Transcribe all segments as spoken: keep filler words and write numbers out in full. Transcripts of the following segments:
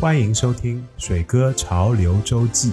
欢迎收听水哥潮流周记。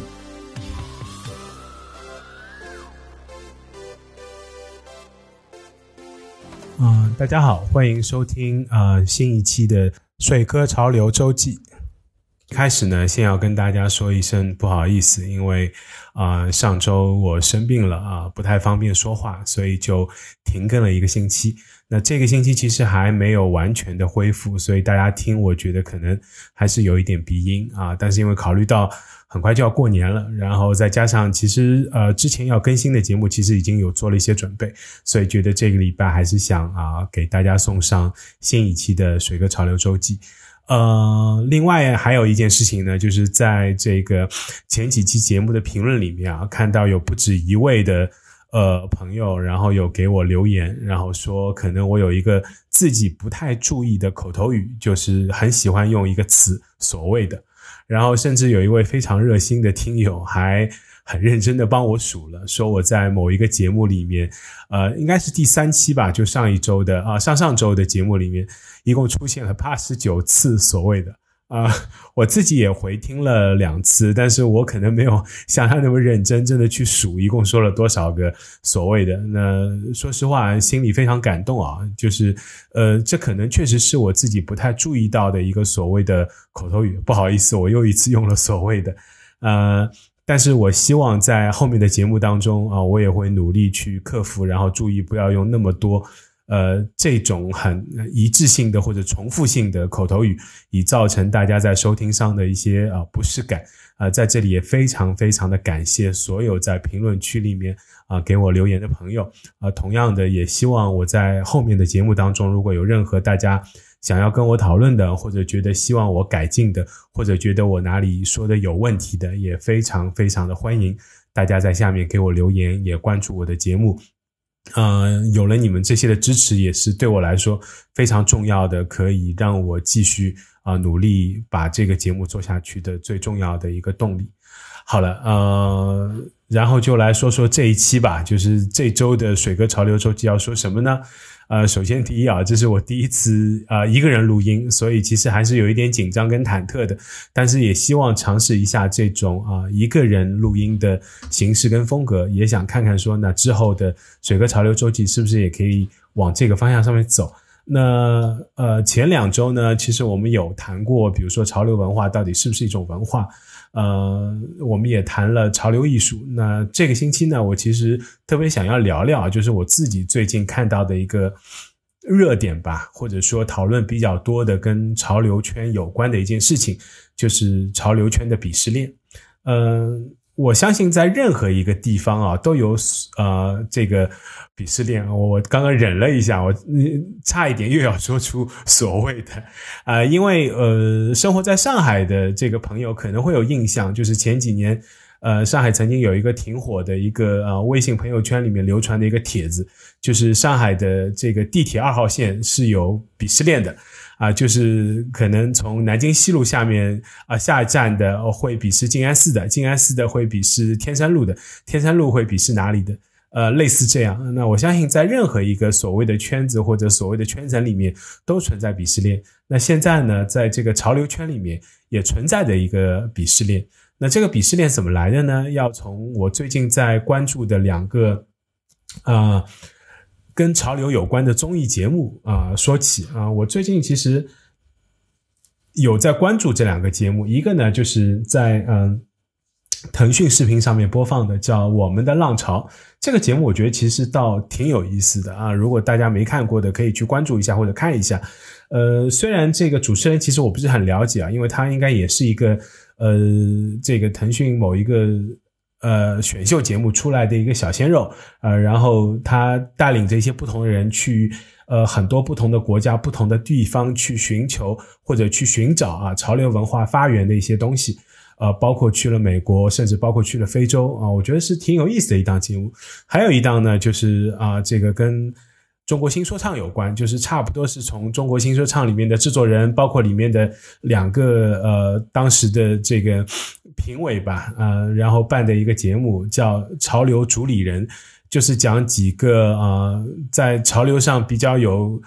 嗯，大家好，欢迎收听呃新一期的水哥潮流周记。开始呢，先要跟大家说一声不好意思，因为啊、呃、上周我生病了啊、呃，不太方便说话，所以就停更了一个星期。那这个星期其实还没有完全的恢复，所以大家听我觉得可能还是有一点鼻音啊，但是因为考虑到很快就要过年了，然后再加上其实呃之前要更新的节目其实已经有做了一些准备，所以觉得这个礼拜还是想啊给大家送上新一期的水哥潮流周记。呃，另外还有一件事情呢，就是在这个前几期节目的评论里面啊，看到有不止一位的呃朋友，然后有给我留言，然后说可能我有一个自己不太注意的口头语，就是很喜欢用一个词所谓的，然后甚至有一位非常热心的听友还很认真的帮我数了，说我在某一个节目里面呃，应该是第三期吧，就上一周的啊、呃，上上周的节目里面一共出现了八十九次所谓的啊、呃，我自己也回听了两次，但是我可能没有像他那么认真真的去数一共说了多少个所谓的。那说实话心里非常感动啊，就是呃，这可能确实是我自己不太注意到的一个所谓的口头语，不好意思，我又一次用了所谓的呃但是我希望在后面的节目当中啊，我也会努力去克服，然后注意不要用那么多呃这种很一致性的或者重复性的口头语，以造成大家在收听上的一些啊不适感。呃，在这里也非常非常的感谢所有在评论区里面啊给我留言的朋友。啊，同样的也希望我在后面的节目当中，如果有任何大家想要跟我讨论的，或者觉得希望我改进的，或者觉得我哪里说的有问题的，也非常非常的欢迎大家在下面给我留言，也关注我的节目。呃，有了你们这些的支持，也是对我来说非常重要的，可以让我继续啊、呃、努力把这个节目做下去的最重要的一个动力。好了，呃，然后就来说说这一期吧，就是这周的水哥潮流周记要说什么呢？呃，首先第一啊，这是我第一次啊、呃、一个人录音，所以其实还是有一点紧张跟忐忑的，但是也希望尝试一下这种啊、呃、一个人录音的形式跟风格，也想看看说那之后的水哥潮流周记是不是也可以往这个方向上面走。那呃前两周呢，其实我们有谈过，比如说潮流文化到底是不是一种文化，呃我们也谈了潮流艺术。那这个星期呢，我其实特别想要聊聊，就是我自己最近看到的一个热点吧，或者说讨论比较多的跟潮流圈有关的一件事情，就是潮流圈的鄙视链。呃我相信在任何一个地方啊，都有呃这个鄙视链。我刚刚忍了一下，我差一点又要说出所谓的呃因为呃生活在上海的这个朋友可能会有印象，就是前几年呃上海曾经有一个挺火的一个呃微信朋友圈里面流传的一个帖子，就是上海的这个地铁二号线是有鄙视链的。啊，就是可能从南京西路下面啊下站的会鄙视静安寺的，静安寺的会鄙视天山路的，天山路会鄙视哪里的，呃，类似这样。那我相信在任何一个所谓的圈子或者所谓的圈层里面都存在鄙视链。那现在呢，在这个潮流圈里面也存在着一个鄙视链。那这个鄙视链怎么来的呢？要从我最近在关注的两个啊。呃跟潮流有关的综艺节目啊、呃、说起啊、呃，我最近其实有在关注这两个节目，一个呢就是在嗯腾讯视频上面播放的叫《我们的浪潮》，这个节目我觉得其实倒挺有意思的啊，如果大家没看过的可以去关注一下或者看一下。呃，虽然这个主持人其实我不是很了解啊，因为他应该也是一个呃这个腾讯某一个呃，选秀节目出来的一个小鲜肉，呃，然后他带领着一些不同的人去，呃，很多不同的国家、不同的地方去寻求或者去寻找啊潮流文化发源的一些东西，呃，包括去了美国，甚至包括去了非洲啊，我觉得是挺有意思的一档节目。还有一档呢，就是啊，这个跟中国新说唱有关，就是差不多是从中国新说唱里面的制作人，包括里面的两个呃当时的这个评委吧，呃，然后办的一个节目叫潮流主理人，就是讲几个呃在潮流上比较有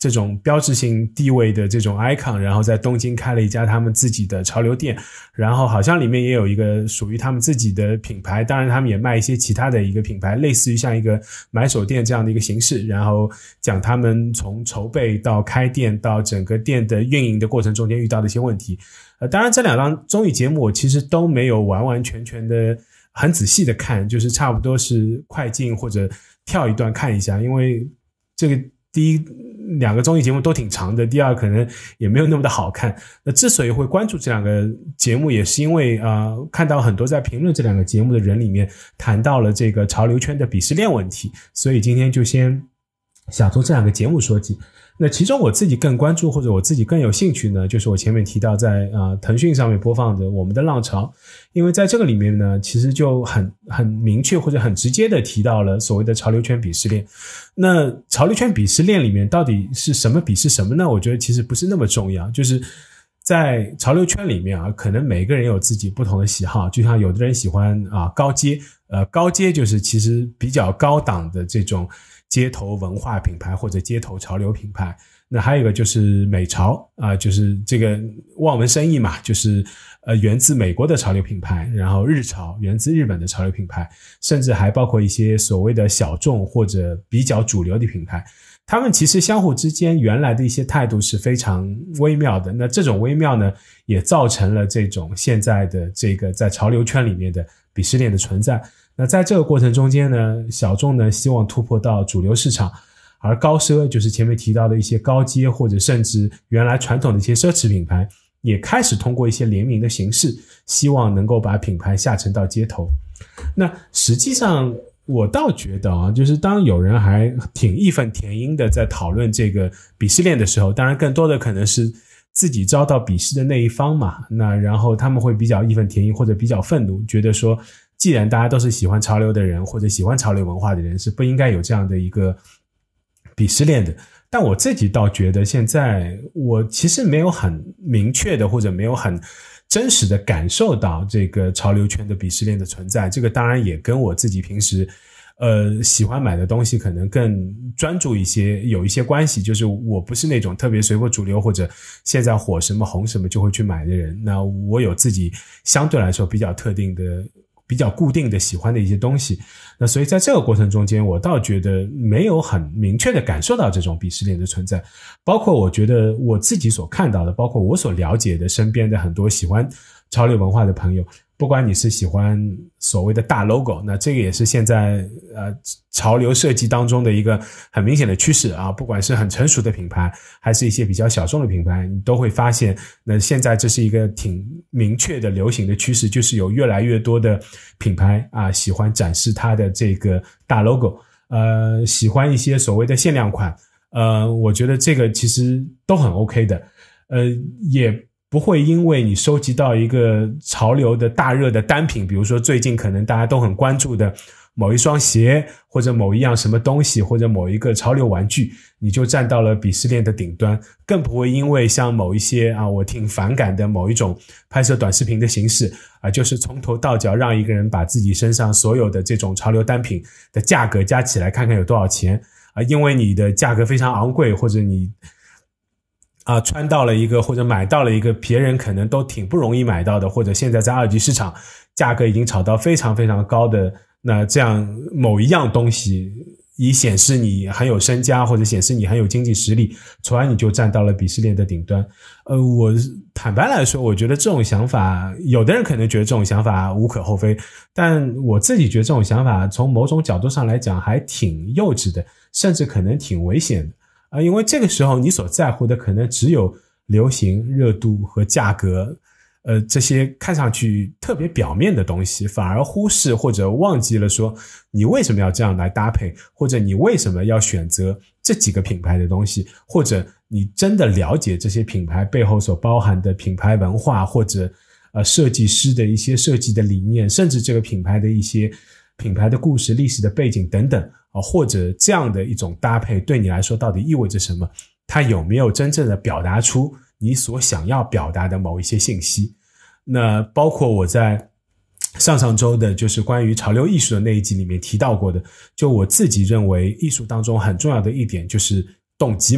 这种标志性地位的这种 icon， 然后在东京开了一家他们自己的潮流店，然后好像里面也有一个属于他们自己的品牌，当然他们也卖一些其他的一个品牌，类似于像一个买手店这样的一个形式，然后讲他们从筹备到开店到整个店的运营的过程中间遇到的一些问题。呃，当然这两档综艺节目我其实都没有完完全全的很仔细的看，就是差不多是快进或者跳一段看一下，因为这个第一两个综艺节目都挺长的，第二可能也没有那么的好看。那之所以会关注这两个节目，也是因为呃看到很多在评论这两个节目的人里面谈到了这个潮流圈的鄙视链问题，所以今天就先想从这两个节目说起。那其中我自己更关注或者我自己更有兴趣呢，就是我前面提到在呃腾讯上面播放的我们的浪潮，因为在这个里面呢其实就很很明确或者很直接的提到了所谓的潮流圈鄙视链。那潮流圈鄙视链里面到底是什么鄙视什么呢？我觉得其实不是那么重要，就是在潮流圈里面啊，可能每个人有自己不同的喜好，就像有的人喜欢啊高阶，呃高阶就是其实比较高档的这种街头文化品牌或者街头潮流品牌。那还有一个就是美潮啊、呃，就是这个望文生义嘛，就是呃源自美国的潮流品牌，然后日潮源自日本的潮流品牌，甚至还包括一些所谓的小众或者比较主流的品牌。他们其实相互之间原来的一些态度是非常微妙的，那这种微妙呢也造成了这种现在的这个在潮流圈里面的鄙视链的存在。那在这个过程中间呢，小众呢希望突破到主流市场，而高奢就是前面提到的一些高阶或者甚至原来传统的一些奢侈品牌，也开始通过一些联名的形式，希望能够把品牌下沉到街头。那实际上我倒觉得啊，就是当有人还挺义愤填膺的在讨论这个鄙视链的时候，当然更多的可能是自己遭到鄙视的那一方嘛，那然后他们会比较义愤填膺或者比较愤怒，觉得说既然大家都是喜欢潮流的人或者喜欢潮流文化的人，是不应该有这样的一个鄙视链的。但我自己倒觉得现在我其实没有很明确的或者没有很真实的感受到这个潮流圈的鄙视链的存在，这个当然也跟我自己平时呃喜欢买的东西可能更专注一些有一些关系，就是我不是那种特别随波逐流或者现在火什么红什么就会去买的人，那我有自己相对来说比较特定的比较固定的喜欢的一些东西。那所以在这个过程中间我倒觉得没有很明确的感受到这种鄙视链的存在，包括我觉得我自己所看到的，包括我所了解的身边的很多喜欢潮流文化的朋友，不管你是喜欢所谓的大 logo， 那这个也是现在呃潮流设计当中的一个很明显的趋势啊，不管是很成熟的品牌还是一些比较小众的品牌，你都会发现那现在这是一个挺明确的流行的趋势，就是有越来越多的品牌啊喜欢展示它的这个大 logo， 呃喜欢一些所谓的限量款，呃我觉得这个其实都很 OK 的，呃也不会因为你收集到一个潮流的大热的单品，比如说最近可能大家都很关注的某一双鞋或者某一样什么东西或者某一个潮流玩具，你就站到了鄙视链的顶端，更不会因为像某一些啊我挺反感的某一种拍摄短视频的形式啊，就是从头到脚让一个人把自己身上所有的这种潮流单品的价格加起来看看有多少钱啊，因为你的价格非常昂贵，或者你啊，穿到了一个或者买到了一个别人可能都挺不容易买到的，或者现在在二级市场价格已经炒到非常非常高的，那这样某一样东西以显示你很有身家或者显示你很有经济实力，从而你就站到了鄙视链的顶端。呃，我坦白来说，我觉得这种想法，有的人可能觉得这种想法无可厚非，但我自己觉得这种想法从某种角度上来讲还挺幼稚的，甚至可能挺危险的。啊，因为这个时候你所在乎的可能只有流行、热度和价格，呃，这些看上去特别表面的东西，反而忽视或者忘记了说你为什么要这样来搭配，或者你为什么要选择这几个品牌的东西，或者你真的了解这些品牌背后所包含的品牌文化，或者呃设计师的一些设计的理念，甚至这个品牌的一些品牌的故事、历史的背景等等。啊，或者这样的一种搭配对你来说到底意味着什么？它有没有真正的表达出你所想要表达的某一些信息？那包括我在上上周的就是关于潮流艺术的那一集里面提到过的，就我自己认为艺术当中很重要的一点就是动机嘛。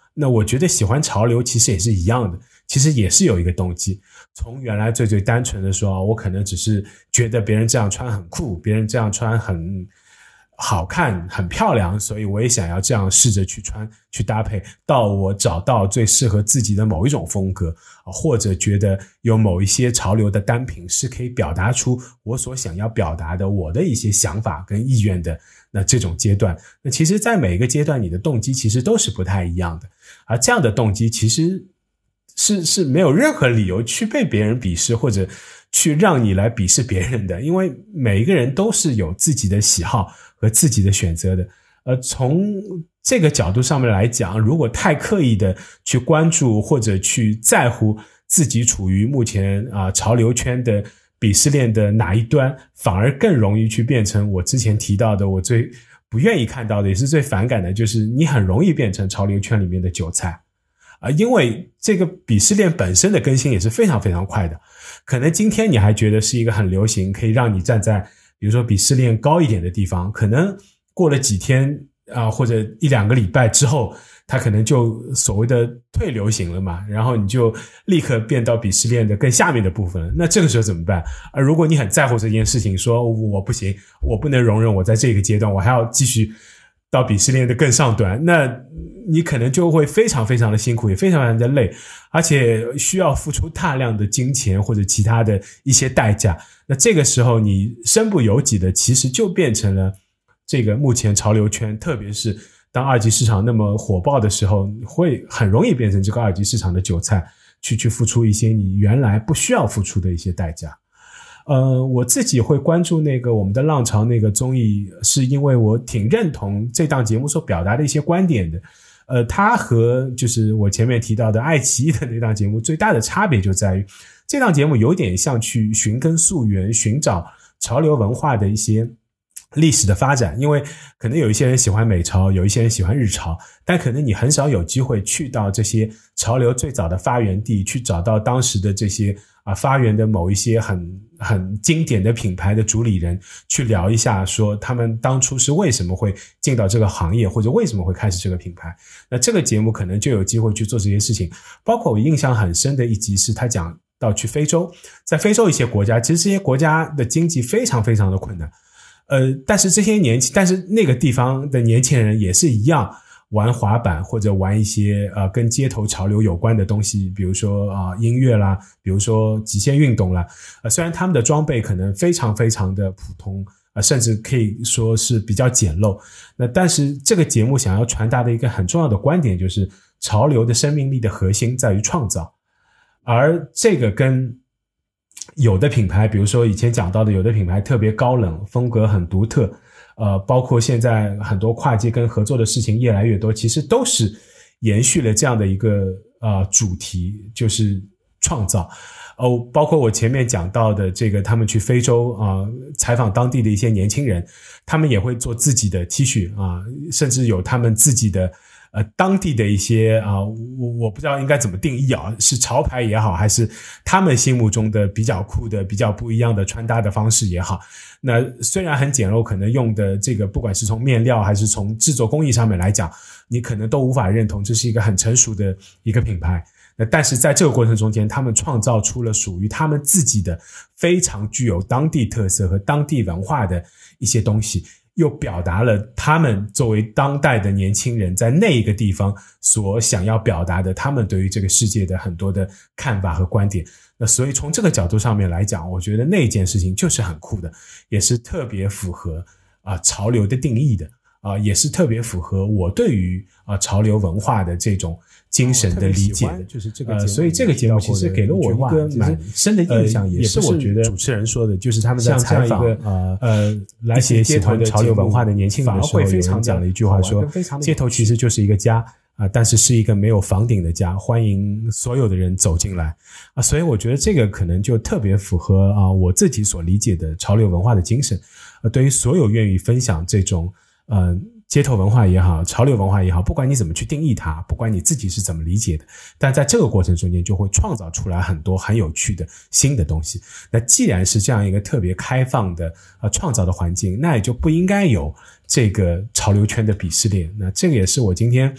那我觉得喜欢潮流其实也是一样的，其实也是有一个动机，从原来最最单纯的说，我可能只是觉得别人这样穿很酷，别人这样穿很好看很漂亮，所以我也想要这样试着去穿去搭配，到我找到最适合自己的某一种风格，或者觉得有某一些潮流的单品是可以表达出我所想要表达的我的一些想法跟意愿的，那这种阶段，那其实在每一个阶段你的动机其实都是不太一样的，而这样的动机其实是是没有任何理由去被别人鄙视或者去让你来鄙视别人的，因为每一个人都是有自己的喜好和自己的选择的。呃，从这个角度上面来讲，如果太刻意的去关注或者去在乎自己处于目前啊、呃、潮流圈的鄙视链的哪一端，反而更容易去变成我之前提到的我最不愿意看到的也是最反感的，就是你很容易变成潮流圈里面的韭菜啊、呃，因为这个鄙视链本身的更新也是非常非常快的，可能今天你还觉得是一个很流行可以让你站在比如说鄙视链高一点的地方，可能过了几天啊、呃、或者一两个礼拜之后，它可能就所谓的退流行了嘛，然后你就立刻变到鄙视链的更下面的部分了，那这个时候怎么办？而如果你很在乎这件事情，说我不行，我不能容忍我在这个阶段我还要继续到鄙视链的更上端，那你可能就会非常非常的辛苦，也非常非常的累，而且需要付出大量的金钱或者其他的一些代价，那这个时候你身不由己的其实就变成了这个目前潮流圈，特别是当二级市场那么火爆的时候，会很容易变成这个二级市场的韭菜，去去付出一些你原来不需要付出的一些代价。呃，我自己会关注那个我们的浪潮那个综艺，是因为我挺认同这档节目所表达的一些观点的。呃，它和就是我前面提到的爱奇艺的那档节目最大的差别就在于，这档节目有点像去寻根溯源，寻找潮流文化的一些历史的发展，因为可能有一些人喜欢美潮，有一些人喜欢日潮，但可能你很少有机会去到这些潮流最早的发源地，去找到当时的这些啊发源的某一些很很经典的品牌的主理人，去聊一下说他们当初是为什么会进到这个行业，或者为什么会开始这个品牌。那这个节目可能就有机会去做这些事情，包括我印象很深的一集是他讲到去非洲，在非洲一些国家，其实这些国家的经济非常非常的困难。呃，但是这些年轻，但是那个地方的年轻人也是一样玩滑板或者玩一些呃跟街头潮流有关的东西，比如说啊、呃、音乐啦，比如说极限运动啦。呃，虽然他们的装备可能非常非常的普通，呃，甚至可以说是比较简陋。那但是这个节目想要传达的一个很重要的观点就是，潮流的生命力的核心在于创造，而这个跟有的品牌，比如说以前讲到的有的品牌特别高冷，风格很独特，呃，包括现在很多跨界跟合作的事情越来越多，其实都是延续了这样的一个呃主题，就是创造。哦，包括我前面讲到的这个他们去非洲啊、呃、采访当地的一些年轻人，他们也会做自己的 T 恤啊、呃，甚至有他们自己的呃，当地的一些啊、呃，我我不知道应该怎么定义啊，是潮牌也好，还是他们心目中的比较酷的、比较不一样的穿搭的方式也好。那虽然很简陋，可能用的这个不管是从面料还是从制作工艺上面来讲，你可能都无法认同这是一个很成熟的一个品牌。那但是在这个过程中间，他们创造出了属于他们自己的非常具有当地特色和当地文化的一些东西。又表达了他们作为当代的年轻人在那一个地方所想要表达的他们对于这个世界的很多的看法和观点。那所以从这个角度上面来讲，我觉得那件事情就是很酷的，也是特别符合啊、呃、潮流的定义的啊、呃，也是特别符合我对于啊、呃、潮流文化的这种精神的理解的， 就是这个呃，所以这个节目其实给了我一个蛮深的印象，也是我觉得主持人说的，就是他们在采访呃呃来写喜欢潮流文化的年轻人的时候，有人讲了一句话说，街头其实就是一个家啊、呃，但是是一个没有房顶的家，欢迎所有的人走进来啊，所以我觉得这个可能就特别符合啊我自己所理解的潮流文化的精神，呃，对于所有愿意分享这种呃。街头文化也好，潮流文化也好，不管你怎么去定义它，不管你自己是怎么理解的，但在这个过程中间就会创造出来很多很有趣的新的东西。那既然是这样一个特别开放的呃创造的环境，那也就不应该有这个潮流圈的鄙视链。那这个也是我今天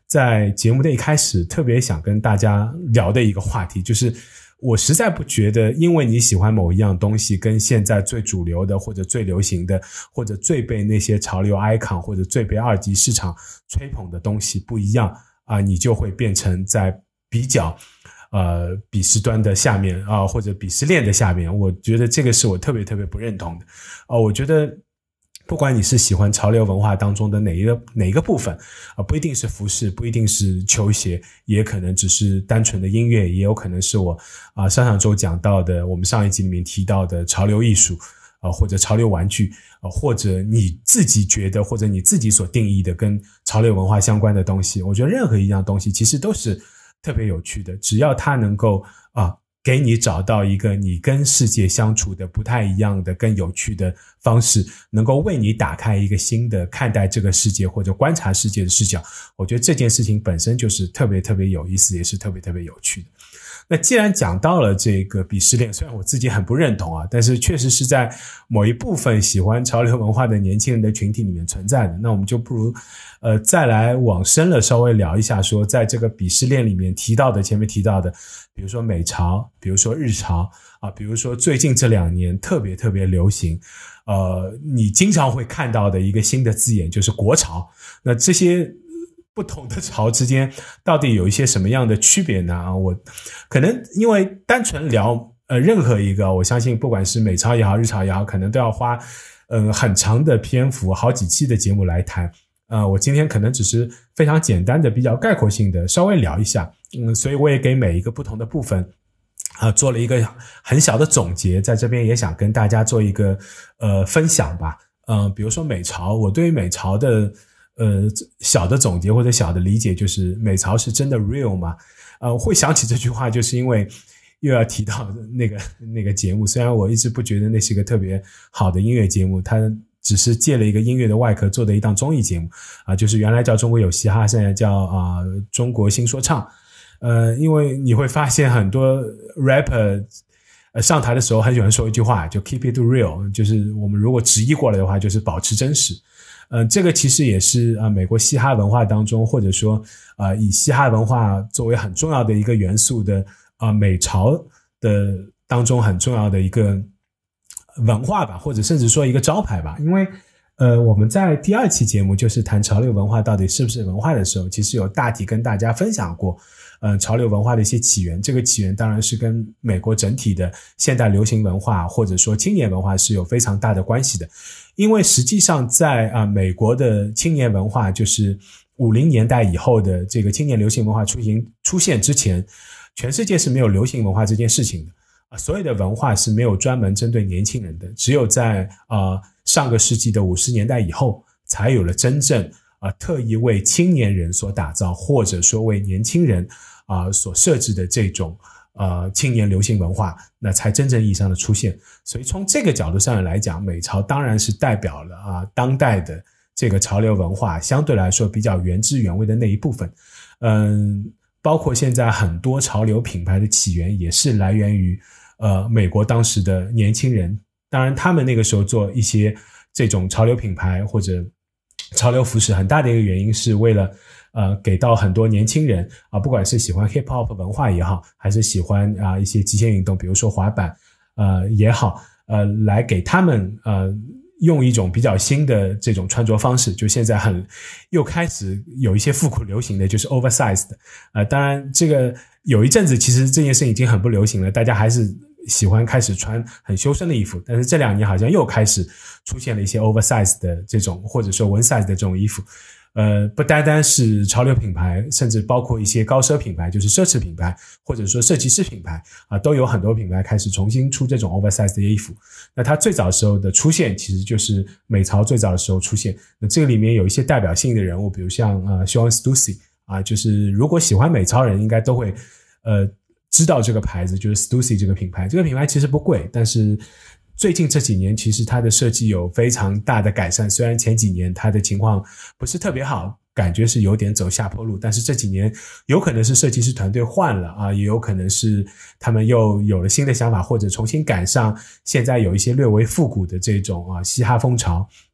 在节目的一开始特别想跟大家聊的一个话题，就是我实在不觉得因为你喜欢某一样东西跟现在最主流的或者最流行的或者最被那些潮流 icon 或者最被二级市场吹捧的东西不一样啊，你就会变成在比较呃鄙视端的下面啊，或者鄙视链的下面。我觉得这个是我特别特别不认同的啊，我觉得不管你是喜欢潮流文化当中的哪一个哪一个部分啊，不一定是服饰，不一定是球鞋，也可能只是单纯的音乐，也有可能是我啊上上周讲到的，我们上一集里面提到的潮流艺术啊，或者潮流玩具啊，或者你自己觉得或者你自己所定义的跟潮流文化相关的东西，我觉得任何一样东西其实都是特别有趣的，只要它能够啊给你找到一个你跟世界相处的不太一样的更有趣的方式，能够为你打开一个新的看待这个世界或者观察世界的视角，我觉得这件事情本身就是特别特别有意思，也是特别特别有趣的。那既然讲到了这个鄙视链，虽然我自己很不认同啊，但是确实是在某一部分喜欢潮流文化的年轻人的群体里面存在的，那我们就不如呃再来往深了稍微聊一下，说在这个鄙视链里面提到的前面提到的，比如说美潮，比如说日潮啊，比如说最近这两年特别特别流行呃你经常会看到的一个新的字眼就是国潮。那这些不同的潮之间到底有一些什么样的区别呢？啊，我可能因为单纯聊呃任何一个，我相信不管是美潮也好日潮也好，可能都要花呃很长的篇幅好几期的节目来谈。呃我今天可能只是非常简单的比较概括性的稍微聊一下，嗯所以我也给每一个不同的部分啊、呃、做了一个很小的总结，在这边也想跟大家做一个呃分享吧。呃比如说美潮，我对于美潮的呃，小的总结或者小的理解就是美潮是真的 real 吗？呃，会想起这句话，就是因为又要提到那个那个节目，虽然我一直不觉得那是一个特别好的音乐节目，它只是借了一个音乐的外壳做的一档综艺节目啊、呃，就是原来叫中国有嘻哈，现在叫啊、呃、中国新说唱。呃，因为你会发现很多 rapper呃上台的时候很喜欢说一句话，就 keep it real， 就是我们如果直译过来的话，就是保持真实。呃，这个其实也是呃美国嘻哈文化当中，或者说呃以嘻哈文化作为很重要的一个元素的呃美潮的当中很重要的一个文化吧，或者甚至说一个招牌吧。因为呃我们在第二期节目就是谈潮流文化到底是不是文化的时候，其实有大体跟大家分享过呃潮流文化的一些起源。这个起源当然是跟美国整体的现代流行文化或者说青年文化是有非常大的关系的。因为实际上在啊、呃、美国的青年文化，就是五零年代以后的这个青年流行文化出现出现之前，全世界是没有流行文化这件事情的啊，所有的文化是没有专门针对年轻人的，只有在啊、呃、上个世纪的五十年代以后，才有了真正啊、呃、特意为青年人所打造，或者说为年轻人啊、呃、所设置的这种呃，青年流行文化，那才真正意义上的出现。所以从这个角度上来讲，美潮当然是代表了啊当代的这个潮流文化相对来说比较原汁原味的那一部分。嗯，包括现在很多潮流品牌的起源也是来源于呃美国当时的年轻人。当然他们那个时候做一些这种潮流品牌或者潮流服饰，很大的一个原因是为了呃，给到很多年轻人啊、呃，不管是喜欢 hip hop 文化也好，还是喜欢啊、呃、一些极限运动，比如说滑板，呃也好，呃，来给他们呃用一种比较新的这种穿着方式，就现在很又开始有一些复古流行的，就是 oversized。呃，当然这个有一阵子其实这件事已经很不流行了，大家还是喜欢开始穿很修身的衣服，但是这两年好像又开始出现了一些 oversized 的这种，或者说 one size 的这种衣服。呃，不单单是潮流品牌，甚至包括一些高奢品牌，就是奢侈品牌，或者说设计师品牌啊，都有很多品牌开始重新出这种 oversize 的衣服。那它最早时候的出现，其实就是美潮最早的时候出现。那这个里面有一些代表性的人物，比如像呃 Sean Stussy 啊，就是如果喜欢美潮人，应该都会呃知道这个牌子，就是 Stussy 这个品牌。这个品牌其实不贵，但是最近这几年其实它的设计有非常大的改善，虽然前几年它的情况不是特别好，感觉是有点走下坡路，但是这几年有可能是设计师团队换了啊，也有可能是他们又有了新的想法，或者重新赶上现在有一些略微复古的这种啊嘻哈风潮。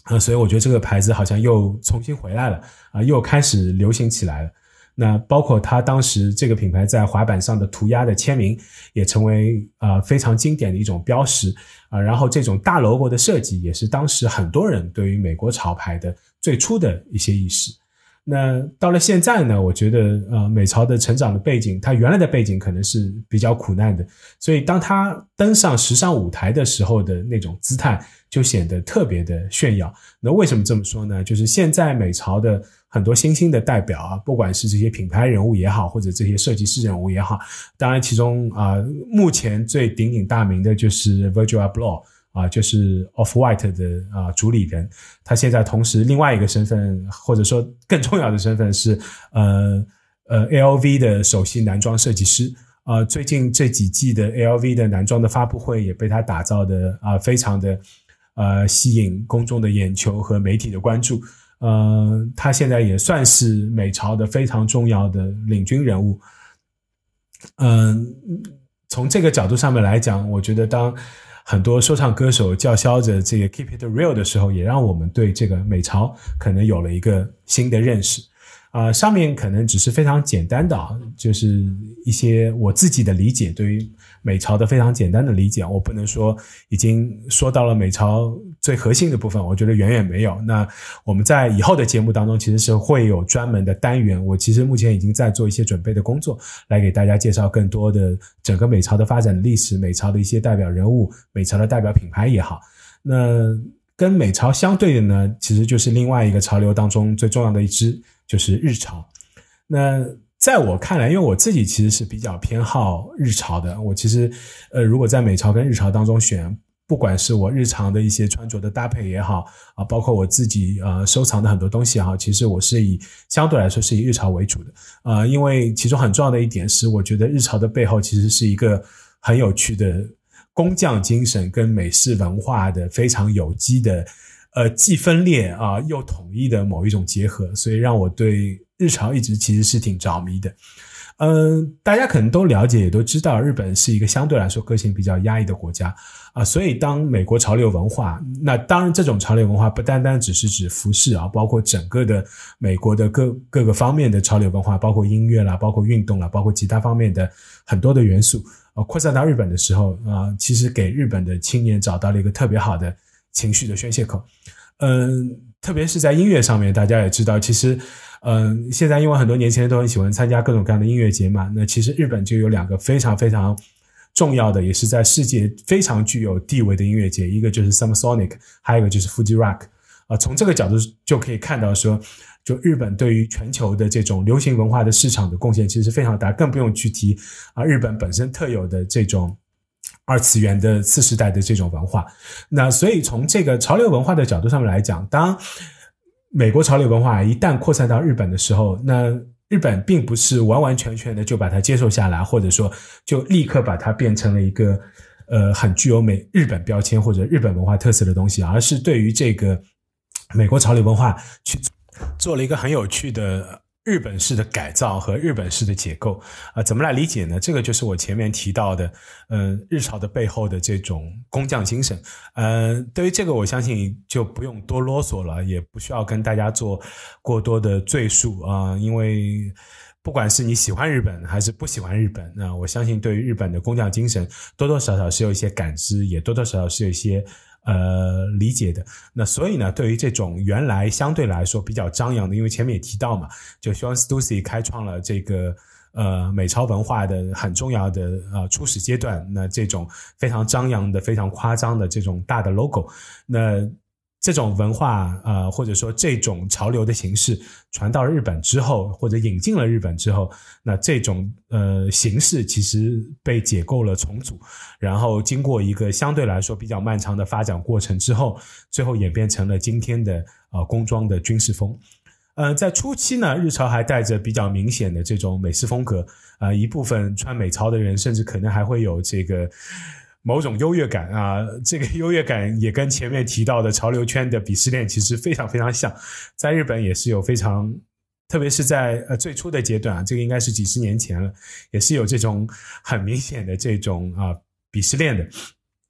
呃，所以我觉得这个牌子好像又重新回来了啊、呃，又开始流行起来了。那包括他当时这个品牌在滑板上的涂鸦的签名也成为呃非常经典的一种标识啊、呃，然后这种大 logo 的设计也是当时很多人对于美国潮牌的最初的一些意识。那到了现在呢，我觉得呃美潮的成长的背景，它原来的背景可能是比较苦难的，所以当它登上时尚舞台的时候的那种姿态就显得特别的炫耀。那为什么这么说呢？就是现在美潮的很多新兴的代表啊，不管是这些品牌人物也好，或者这些设计师人物也好，当然其中啊、呃、目前最鼎鼎大名的就是 Virgil Abloh啊，就是 Off-White 的啊主理人，他现在同时另外一个身份，或者说更重要的身份是呃呃 L V 的首席男装设计师。呃，最近这几季的 L V 的男装的发布会也被他打造的啊、呃、非常的呃吸引公众的眼球和媒体的关注。呃，他现在也算是美潮的非常重要的领军人物。嗯、呃，从这个角度上面来讲，我觉得当很多说唱歌手叫嚣着这个 Keep It Real 的时候，也让我们对这个美潮可能有了一个新的认识。啊、呃，上面可能只是非常简单的啊，就是一些我自己的理解，对于美潮的非常简单的理解，我不能说已经说到了美潮最核心的部分，我觉得远远没有。那我们在以后的节目当中其实是会有专门的单元，我其实目前已经在做一些准备的工作，来给大家介绍更多的整个美潮的发展的历史，美潮的一些代表人物，美潮的代表品牌也好。那跟美潮相对的呢，其实就是另外一个潮流当中最重要的一支，就是日潮。那在我看来，因为我自己其实是比较偏好日潮的，我其实呃，如果在美潮跟日潮当中选，不管是我日常的一些穿着的搭配也好啊，包括我自己呃收藏的很多东西也好，其实我是以相对来说是以日潮为主的。呃，因为其中很重要的一点是，我觉得日潮的背后其实是一个很有趣的工匠精神跟美式文化的非常有机的呃既分裂啊、呃、又统一的某一种结合，所以让我对日潮一直其实是挺着迷的。嗯、呃，大家可能都了解也都知道，日本是一个相对来说个性比较压抑的国家啊、呃，所以当美国潮流文化，那当然这种潮流文化不单单只是指服饰啊，包括整个的美国的各各个方面的潮流文化，包括音乐啦，包括运动啦，包括其他方面的很多的元素呃，扩散到日本的时候啊、呃，其实给日本的青年找到了一个特别好的情绪的宣泄口。嗯、呃，特别是在音乐上面，大家也知道，其实嗯、呃，现在因为很多年轻人都很喜欢参加各种各样的音乐节嘛，那其实日本就有两个非常非常重要的，也是在世界非常具有地位的音乐节，一个就是 Summer Sonic， 还有一个就是 Fuji Rock。啊、呃，从这个角度就可以看到说，就日本对于全球的这种流行文化的市场的贡献其实是非常大，更不用去提啊、呃，日本本身特有的这种二次元的次时代的这种文化。那所以从这个潮流文化的角度上面来讲，当美国潮流文化一旦扩散到日本的时候，那日本并不是完完全全的就把它接受下来，或者说就立刻把它变成了一个呃很具有美日本标签或者日本文化特色的东西，而是对于这个美国潮流文化去做了一个很有趣的日本式的改造和日本式的解构啊、呃，怎么来理解呢？这个就是我前面提到的，嗯、呃，日潮的背后的这种工匠精神。呃，对于这个，我相信就不用多啰嗦了，也不需要跟大家做过多的赘述啊、呃，因为不管是你喜欢日本还是不喜欢日本，那我相信对于日本的工匠精神，多多少少是有一些感知，也多多少少是有一些呃，理解的。那所以呢，对于这种原来相对来说比较张扬的，因为前面也提到嘛，就 Sean Stussy 开创了这个呃美潮文化的很重要的呃初始阶段，那这种非常张扬的、非常夸张的这种大的 logo， 那这种文化呃或者说这种潮流的形式传到日本之后，或者引进了日本之后，那这种呃形式其实被解构了重组，然后经过一个相对来说比较漫长的发展过程之后，最后演变成了今天的呃工装的军事风。呃，在初期呢，日潮还带着比较明显的这种美式风格，呃，一部分穿美潮的人甚至可能还会有这个某种优越感啊，这个优越感也跟前面提到的潮流圈的鄙视链其实非常非常像，在日本也是有非常，特别是在呃最初的阶段啊，这个应该是几十年前了，也是有这种很明显的这种啊、呃、鄙视链的。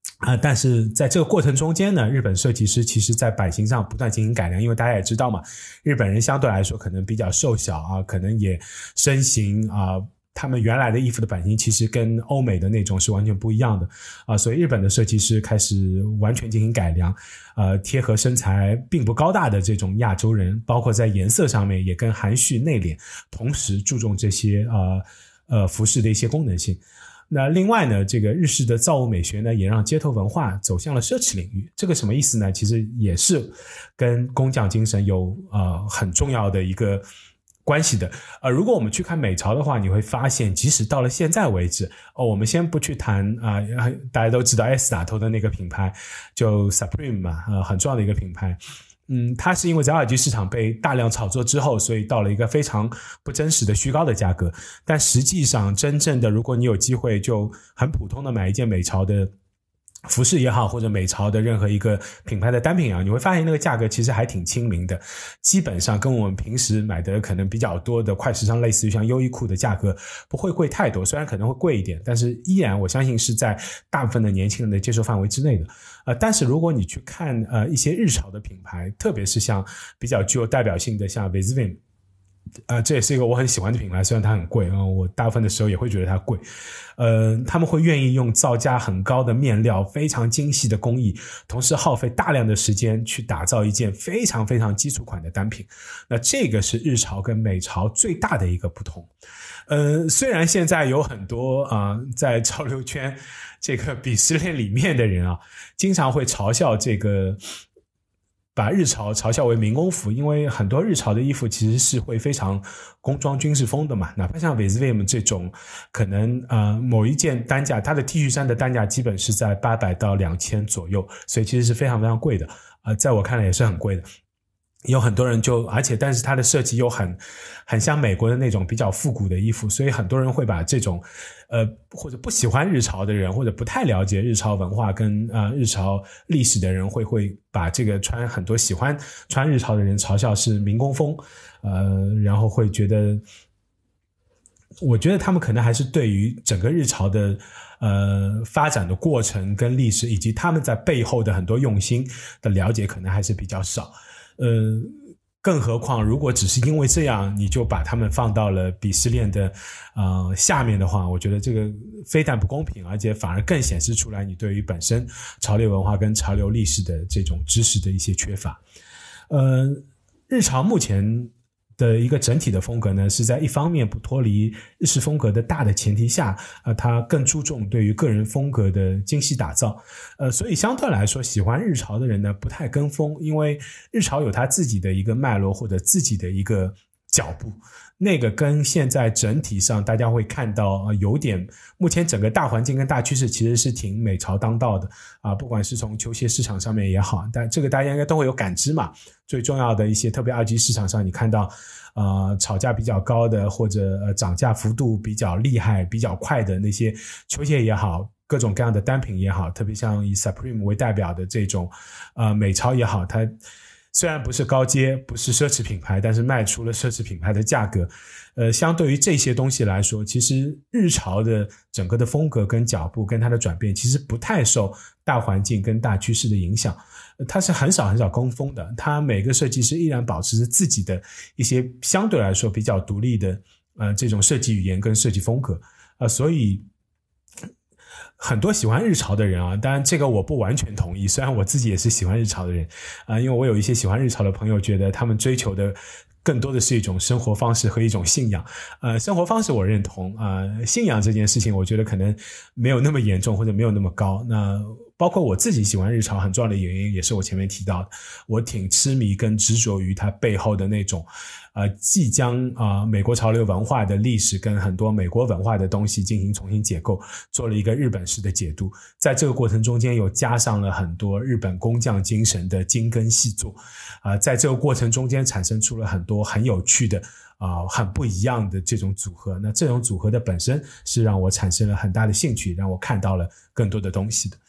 啊、呃，但是在这个过程中间呢，日本设计师其实在版型上不断进行改良，因为大家也知道嘛，日本人相对来说可能比较瘦小啊，可能也身形啊、呃，他们原来的衣服的版型其实跟欧美的那种是完全不一样的啊、呃，所以日本的设计师开始完全进行改良，呃，贴合身材并不高大的这种亚洲人，包括在颜色上面也更含蓄内敛，同时注重这些呃呃服饰的一些功能性。那另外呢，这个日式的造物美学呢，也让街头文化走向了奢侈领域。这个什么意思呢？其实也是跟工匠精神有呃很重要的一个关系的。呃，如果我们去看美潮的话，你会发现，即使到了现在为止，哦，我们先不去谈啊、呃，大家都知道 S 打头的那个品牌，就 Supreme 嘛，呃，很重要的一个品牌。嗯，它是因为在耳机市场被大量炒作之后，所以到了一个非常不真实的虚高的价格。但实际上，真正的如果你有机会就很普通的买一件美潮的服饰也好，或者美潮的任何一个品牌的单品啊，你会发现那个价格其实还挺亲民的，基本上跟我们平时买的可能比较多的快时尚，类似于像优衣库的价格不会贵太多，虽然可能会贵一点，但是依然我相信是在大部分的年轻人的接受范围之内的。呃，但是如果你去看呃一些日潮的品牌，特别是像比较具有代表性的像 Visvim，呃，这也是一个我很喜欢的品牌，虽然它很贵啊、呃，我大部分的时候也会觉得它贵。呃，他们会愿意用造价很高的面料，非常精细的工艺，同时耗费大量的时间去打造一件非常非常基础款的单品。那这个是日潮跟美潮最大的一个不同。呃，虽然现在有很多啊、呃，在潮流圈这个鄙视链里面的人啊，经常会嘲笑这个。把日潮嘲笑为民工服，因为很多日潮的衣服其实是会非常工装军事风的嘛，哪怕像 Visvim 这种可能呃某一件单价，它的 T 恤衫的单价基本是在八百到两千左右，所以其实是非常非常贵的啊、呃，在我看来也是很贵的。有很多人就，而且但是它的设计又很很像美国的那种比较复古的衣服，所以很多人会把这种呃或者不喜欢日潮的人，或者不太了解日潮文化跟呃日潮历史的人会会把这个穿很多喜欢穿日潮的人嘲笑是民工风，呃然后会觉得我觉得他们可能还是对于整个日潮的呃发展的过程跟历史以及他们在背后的很多用心的了解可能还是比较少。呃，更何况如果只是因为这样你就把他们放到了鄙视链的呃下面的话，我觉得这个非但不公平，而且反而更显示出来你对于本身潮流文化跟潮流历史的这种知识的一些缺乏。呃，日潮目前的一个整体的风格呢，是在一方面不脱离日式风格的大的前提下，呃，它更注重对于个人风格的精细打造，呃，所以相对来说，喜欢日潮的人呢，不太跟风，因为日潮有它自己的一个脉络或者自己的一个脚步，那个跟现在整体上大家会看到、呃、有点，目前整个大环境跟大趋势其实是挺美潮当道的啊、呃，不管是从球鞋市场上面也好，但这个大家应该都会有感知嘛。最重要的一些特别二级市场上，你看到呃炒价比较高的或者呃涨价幅度比较厉害比较快的那些球鞋也好，各种各样的单品也好，特别像以 Supreme 为代表的这种呃美潮也好，它虽然不是高阶不是奢侈品牌，但是卖出了奢侈品牌的价格。呃，相对于这些东西来说，其实日潮的整个的风格跟脚步跟它的转变其实不太受大环境跟大趋势的影响，它是很少很少跟风的，它每个设计师依然保持着自己的一些相对来说比较独立的呃这种设计语言跟设计风格呃，所以很多喜欢日潮的人啊，当然这个我不完全同意，虽然我自己也是喜欢日潮的人啊、呃，因为我有一些喜欢日潮的朋友觉得他们追求的更多的是一种生活方式和一种信仰，呃，生活方式我认同啊、呃，信仰这件事情我觉得可能没有那么严重或者没有那么高。那包括我自己喜欢日潮很重要的原因也是我前面提到的，我挺痴迷跟执着于它背后的那种呃，即将啊、呃、美国潮流文化的历史跟很多美国文化的东西进行重新解构，做了一个日本式的解读，在这个过程中间又加上了很多日本工匠精神的精耕细作啊、呃，在这个过程中间产生出了很多很有趣的啊、呃、很不一样的这种组合，那这种组合的本身是让我产生了很大的兴趣，让我看到了更多的东西的。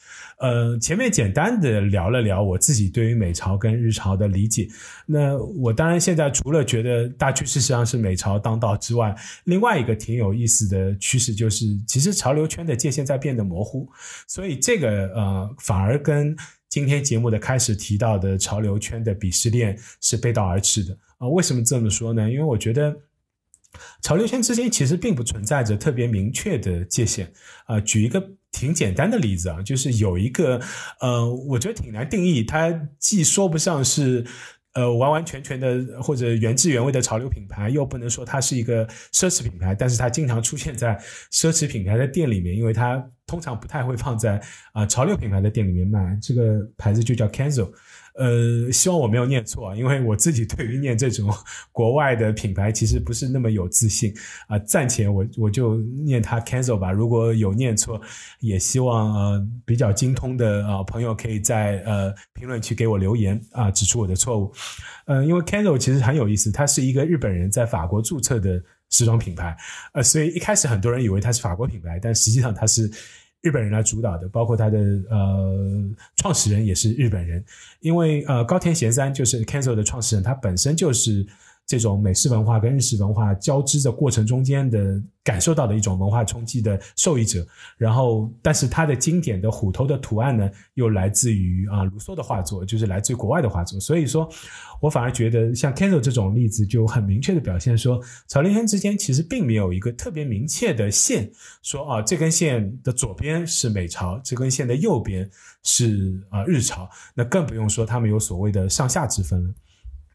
呃，前面简单的聊了聊我自己对于美潮跟日潮的理解。那我当然现在除了觉得大趋势实际上是美潮当道之外，另外一个挺有意思的趋势就是，其实潮流圈的界限在变得模糊，所以这个呃反而跟今天节目的开始提到的潮流圈的鄙视链是背道而驰的啊、呃。为什么这么说呢？因为我觉得潮流圈之间其实并不存在着特别明确的界限啊、呃。举一个挺简单的例子啊，就是有一个呃，我觉得挺难定义，它既说不上是呃完完全全的或者原汁原味的潮流品牌，又不能说它是一个奢侈品牌，但是它经常出现在奢侈品牌的店里面，因为它通常不太会放在啊、呃、潮流品牌的店里面卖。这个牌子就叫 Kenzo。呃，希望我没有念错啊，因为我自己对于念这种国外的品牌其实不是那么有自信啊、呃。暂且我我就念它 Kenzo 吧，如果有念错，也希望呃比较精通的呃朋友可以在呃评论区给我留言啊、呃，指出我的错误。呃，因为 Kenzo 其实很有意思，它是一个日本人在法国注册的时装品牌，呃，所以一开始很多人以为它是法国品牌，但实际上它是日本人来主导的，包括他的呃创始人也是日本人。因为呃高田贤三就是 Kenzo 的创始人，他本身就是这种美式文化跟日式文化交织的过程中间的感受到的一种文化冲击的受益者。然后但是他的经典的虎头的图案呢又来自于啊、呃、卢梭的画作，就是来自于国外的画作。所以说我反而觉得像 Kenzo 这种例子就很明确的表现说，潮流圈之间其实并没有一个特别明确的线，说啊这根线的左边是美潮，这根线的右边是啊、呃、日潮，那更不用说他们有所谓的上下之分了。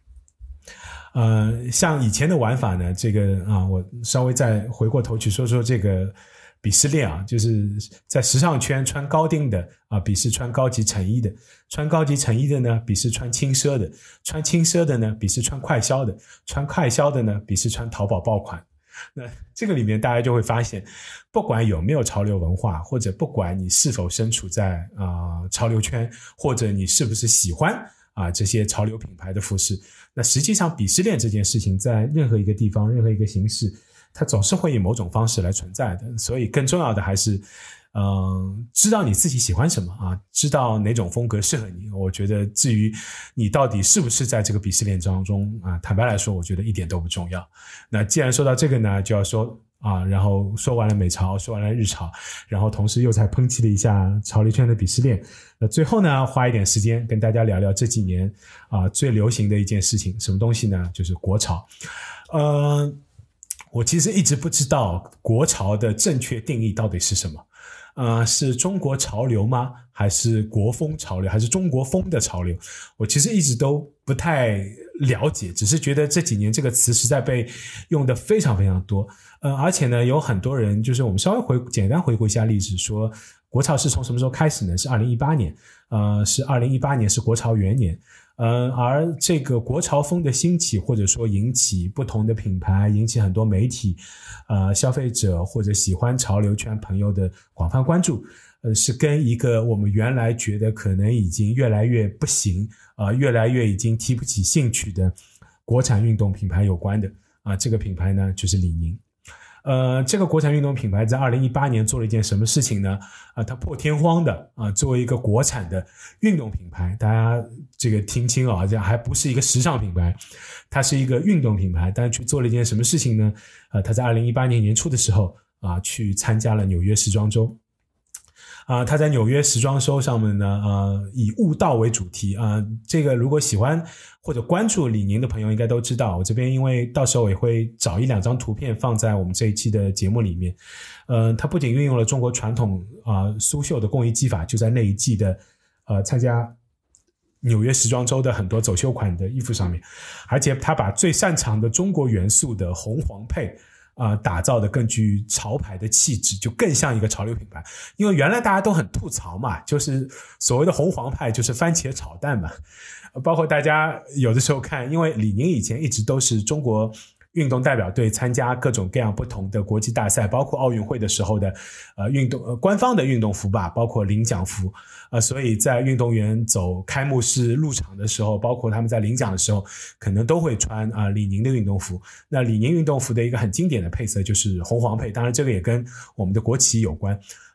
呃，像以前的玩法呢，这个啊，我稍微再回过头去说说这个鄙视链啊，就是在时尚圈穿高定的啊，鄙视穿高级成衣的；穿高级成衣的呢，鄙视穿轻奢的；穿轻奢的呢，鄙视穿快消的；穿快消的呢，鄙视穿淘宝爆款。那这个里面大家就会发现，不管有没有潮流文化，或者不管你是否身处在啊、呃、潮流圈，或者你是不是喜欢啊这些潮流品牌的服饰，那实际上鄙视链这件事情在任何一个地方任何一个形式它总是会以某种方式来存在的。所以更重要的还是嗯、呃，知道你自己喜欢什么啊，知道哪种风格适合你。我觉得至于你到底是不是在这个鄙视链当中啊，坦白来说我觉得一点都不重要。那既然说到这个呢，就要说啊，然后说完了美潮，说完了日潮，然后同时又才抨击了一下潮流圈的鄙视链。那最后呢，花一点时间跟大家聊聊这几年啊最流行的一件事情，什么东西呢？就是国潮。呃，我其实一直不知道国潮的正确定义到底是什么。呃，是中国潮流吗？还是国风潮流？还是中国风的潮流？我其实一直都不太了解，只是觉得这几年这个词实在被用得非常非常多。呃，而且呢，有很多人就是我们稍微回简单回顾一下历史，说国潮是从什么时候开始呢？是二零一八年，呃，是二零一八年是国潮元年。呃，而这个国潮风的兴起，或者说引起不同的品牌，引起很多媒体、呃消费者或者喜欢潮流圈朋友的广泛关注，呃，是跟一个我们原来觉得可能已经越来越不行，呃，越来越已经提不起兴趣的国产运动品牌有关的啊、呃。这个品牌呢，就是李宁。呃，这个国产运动品牌在二零一八年做了一件什么事情呢？啊、呃，它破天荒的啊、呃，作为一个国产的运动品牌，大家这个听清啊，这还不是一个时尚品牌，它是一个运动品牌，但是去做了一件什么事情呢？呃，它在二零一八年年初的时候啊、呃，去参加了纽约时装周。啊、呃，他在纽约时装周上面呢，呃，以悟道为主题啊、呃。这个如果喜欢或者关注李宁的朋友应该都知道，我这边因为到时候也会找一两张图片放在我们这一期的节目里面。呃，他不仅运用了中国传统啊、呃、苏绣的工艺技法，就在那一季的呃参加纽约时装周的很多走秀款的衣服上面，而且他把最擅长的中国元素的红黄配啊、呃，打造的更具潮牌的气质，就更像一个潮流品牌。因为原来大家都很吐槽嘛，就是所谓的红黄派就是番茄炒蛋嘛。包括大家有的时候看，因为李宁以前一直都是中国运动代表队参加各种各样不同的国际大赛，包括奥运会的时候的呃运动呃官方的运动服吧，包括领奖服，呃，所以在运动员走开幕式入场的时候，包括他们在领奖的时候，可能都会穿啊、呃、李宁的运动服。那李宁运动服的一个很经典的配色就是红黄配，当然这个也跟我们的国旗有关。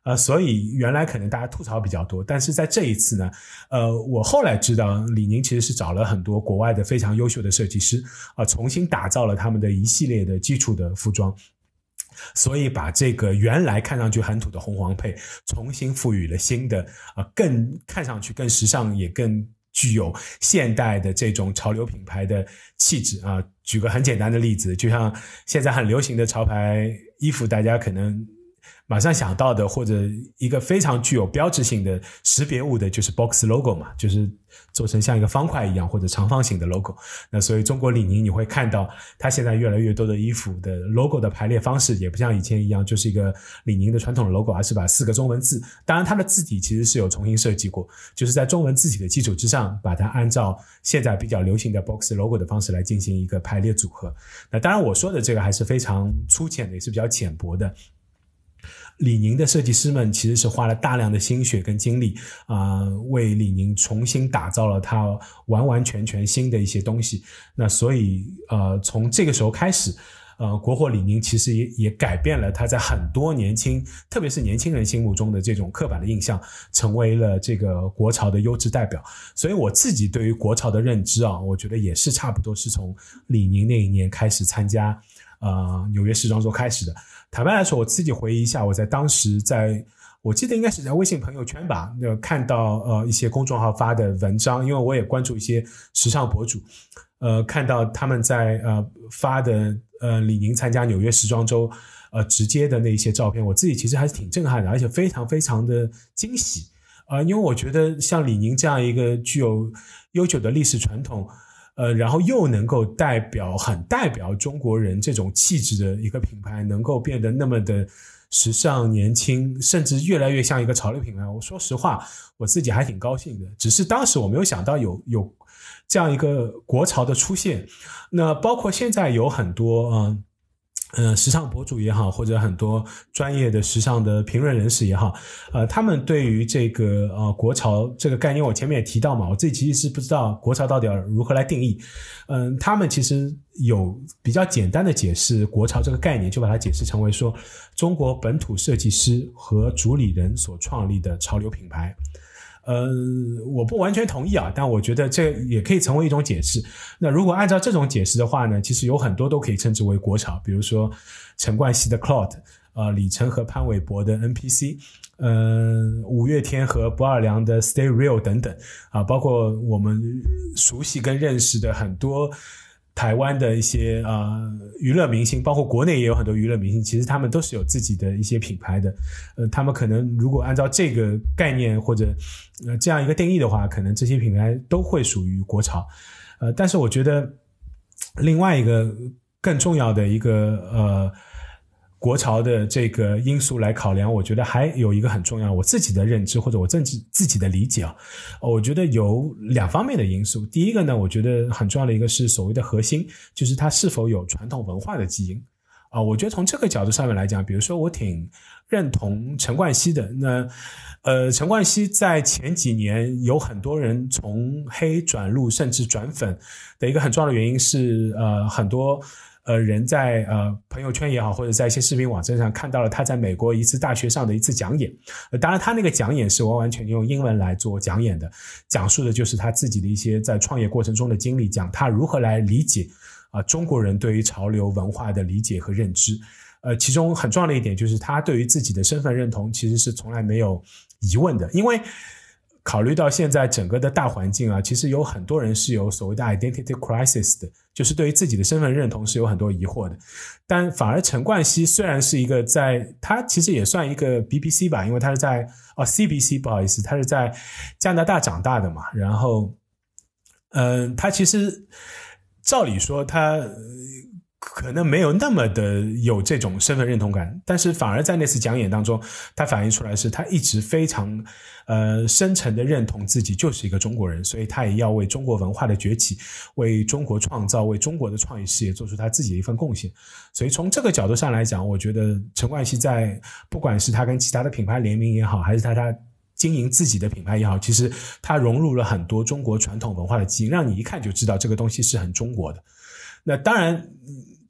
呃，所以原来可能大家吐槽比较多，但是在这一次呢，呃，我后来知道李宁其实是找了很多国外的非常优秀的设计师啊、呃，重新打造了他们的一系列的基础的服装，所以把这个原来看上去很土的红黄配重新赋予了新的啊、呃，更看上去更时尚也更具有现代的这种潮流品牌的气质啊。举个很简单的例子，就像现在很流行的潮牌衣服，大家可能马上想到的，或者一个非常具有标志性的识别物的，就是 box logo 嘛，就是做成像一个方块一样或者长方形的 logo。那所以中国李宁你会看到它现在越来越多的衣服的 logo 的排列方式也不像以前一样就是一个李宁的传统的 logo， 而是把四个中文字，当然它的字体其实是有重新设计过，就是在中文字体的基础之上，把它按照现在比较流行的 box logo 的方式来进行一个排列组合。那当然我说的这个还是非常粗浅的，也是比较浅薄的。李宁的设计师们其实是花了大量的心血跟精力啊、呃，为李宁重新打造了它完完全全新的一些东西。那所以呃，从这个时候开始，呃，国货李宁其实也也改变了它在很多年轻，特别是年轻人心目中的这种刻板的印象，成为了这个国潮的优质代表。所以我自己对于国潮的认知啊，我觉得也是差不多是从李宁那一年开始参加呃纽约时装周开始的。坦白来说，我自己回忆一下，我在当时在我记得应该是在微信朋友圈吧，那看到呃一些公众号发的文章，因为我也关注一些时尚博主，呃看到他们在呃发的呃李宁参加纽约时装周呃直接的那些照片，我自己其实还是挺震撼的，而且非常非常的惊喜。呃因为我觉得像李宁这样一个具有悠久的历史传统，呃，然后又能够代表很代表中国人这种气质的一个品牌，能够变得那么的时尚年轻，甚至越来越像一个潮流品牌，我说实话我自己还挺高兴的。只是当时我没有想到有有这样一个国潮的出现。那包括现在有很多嗯呃，时尚博主也好，或者很多专业的时尚的评论人士也好，呃，他们对于这个呃国潮这个概念，我前面也提到嘛，我自己其实是不知道国潮到底要如何来定义。嗯、呃，他们其实有比较简单的解释国潮这个概念，就把它解释成为说中国本土设计师和主理人所创立的潮流品牌。呃，我不完全同意啊，但我觉得这也可以成为一种解释。那如果按照这种解释的话呢，其实有很多都可以称之为国潮，比如说陈冠希的 Cloud， 呃，李晨和潘玮柏的 N P C， 呃，五月天和不二良的 Stay Real 等等啊，包括我们熟悉跟认识的很多台湾的一些呃娱乐明星，包括国内也有很多娱乐明星，其实他们都是有自己的一些品牌的。呃，他们可能如果按照这个概念或者呃这样一个定义的话，可能这些品牌都会属于国潮。呃，但是我觉得另外一个更重要的一个呃国潮的这个因素来考量，我觉得还有一个很重要，我自己的认知或者我自己自己的理解啊，我觉得有两方面的因素。第一个呢，我觉得很重要的一个是所谓的核心，就是它是否有传统文化的基因啊。我觉得从这个角度上面来讲，比如说我挺认同陈冠希的，那呃，陈冠希在前几年有很多人从黑转绿甚至转粉的一个很重要的原因是呃很多。呃，人在呃朋友圈也好，或者在一些视频网站上看到了他在美国一次大学上的一次讲演。呃，当然他那个讲演是完完全全用英文来做讲演的，讲述的就是他自己的一些在创业过程中的经历，讲他如何来理解啊、呃、中国人对于潮流文化的理解和认知。呃，其中很重要的一点就是他对于自己的身份认同其实是从来没有疑问的，因为考虑到现在整个的大环境啊，其实有很多人是有所谓的 identity crisis 的，就是对于自己的身份认同是有很多疑惑的。但反而陈冠希虽然是一个在他其实也算一个 B B C 吧，因为他是在哦 C B C 不好意思，他是在加拿大长大的嘛，然后嗯、呃，他其实照理说他可能没有那么的有这种身份认同感，但是反而在那次讲演当中，他反映出来是他一直非常呃深沉的认同自己就是一个中国人，所以他也要为中国文化的崛起，为中国创造，为中国的创意事业做出他自己的一份贡献。所以从这个角度上来讲，我觉得陈冠希在不管是他跟其他的品牌联名也好，还是他他经营自己的品牌也好，其实他融入了很多中国传统文化的基因，让你一看就知道这个东西是很中国的。那当然